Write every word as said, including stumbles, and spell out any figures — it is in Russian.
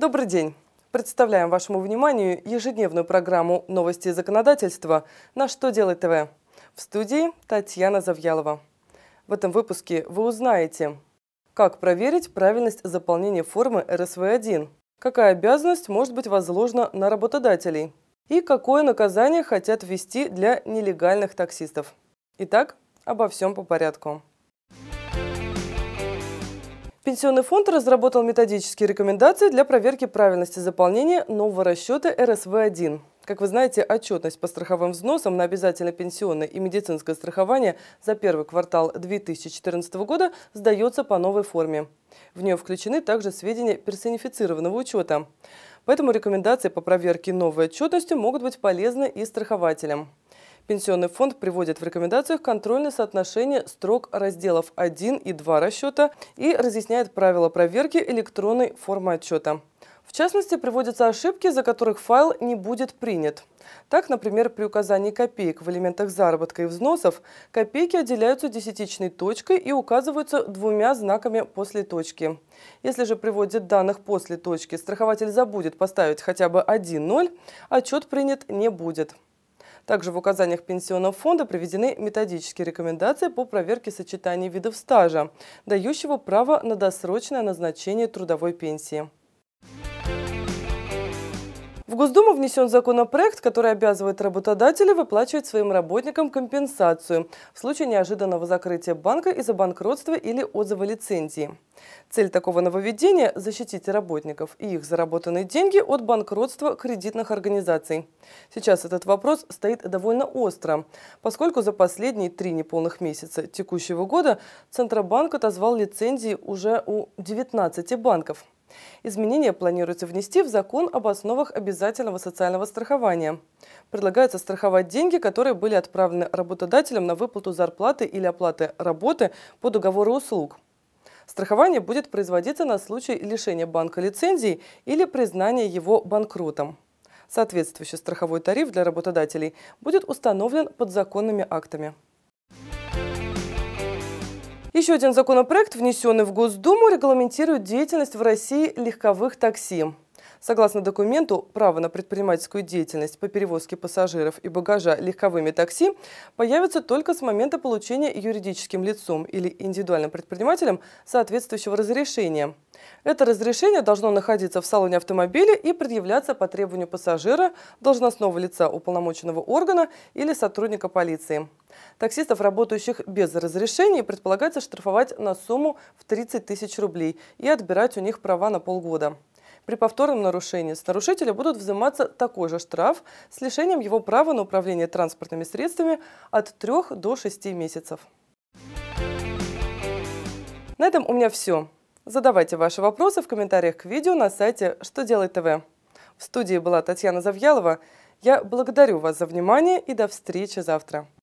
Добрый день! Представляем вашему вниманию ежедневную программу «Новости и законодательства» на «Что делать ТВ». В студии Татьяна Завьялова. В этом выпуске вы узнаете, как проверить правильность заполнения формы эр эс вэ один, какая обязанность может быть возложена на работодателей и какое наказание хотят ввести для нелегальных таксистов. Итак, обо всем по порядку. Пенсионный фонд разработал методические рекомендации для проверки правильности заполнения нового расчета эр эс вэ один. Как вы знаете, отчетность по страховым взносам на обязательное пенсионное и медицинское страхование за первый квартал две тысячи четырнадцатого года сдается по новой форме. В нее включены также сведения персонифицированного учета. Поэтому рекомендации по проверке новой отчетности могут быть полезны и страхователям. Пенсионный фонд приводит в рекомендациях контрольное соотношение строк разделов один и два расчета и разъясняет правила проверки электронной формы отчета. В частности, приводятся ошибки, из-за которых файл не будет принят. Так, например, при указании копеек в элементах заработка и взносов копейки отделяются десятичной точкой и указываются двумя знаками после точки. Если же при вводе данных после точки страхователь забудет поставить хотя бы один ноль, отчет принят не будет. Также в указаниях Пенсионного фонда приведены методические рекомендации по проверке сочетания видов стажа, дающего право на досрочное назначение трудовой пенсии. В Госдуму внесен законопроект, который обязывает работодателей выплачивать своим работникам компенсацию в случае неожиданного закрытия банка из-за банкротства или отзыва лицензии. Цель такого нововведения – защитить работников и их заработанные деньги от банкротства кредитных организаций. Сейчас этот вопрос стоит довольно остро, поскольку за последние три неполных месяца текущего года Центробанк отозвал лицензии уже у девятнадцати банков. Изменения планируется внести в закон об основах обязательного социального страхования. Предлагается страховать деньги, которые были отправлены работодателем на выплату зарплаты или оплаты работы по договору услуг. Страхование будет производиться на случай лишения банка лицензии или признания его банкротом. Соответствующий страховой тариф для работодателей будет установлен подзаконными актами. Еще один законопроект, внесенный в Госдуму, регламентирует деятельность в России легковых такси. Согласно документу, право на предпринимательскую деятельность по перевозке пассажиров и багажа легковыми такси появится только с момента получения юридическим лицом или индивидуальным предпринимателем соответствующего разрешения. Это разрешение должно находиться в салоне автомобиля и предъявляться по требованию пассажира, должностного лица уполномоченного органа или сотрудника полиции. Таксистов, работающих без разрешения, предполагается штрафовать на сумму в тридцать тысяч рублей и отбирать у них права на полгода. При повторном нарушении с нарушителя будут взиматься такой же штраф с лишением его права на управление транспортными средствами от трёх до шести месяцев. На этом у меня все. Задавайте ваши вопросы в комментариях к видео на сайте «Что делать ТВ». В студии была Татьяна Завьялова. Я благодарю вас за внимание и до встречи завтра.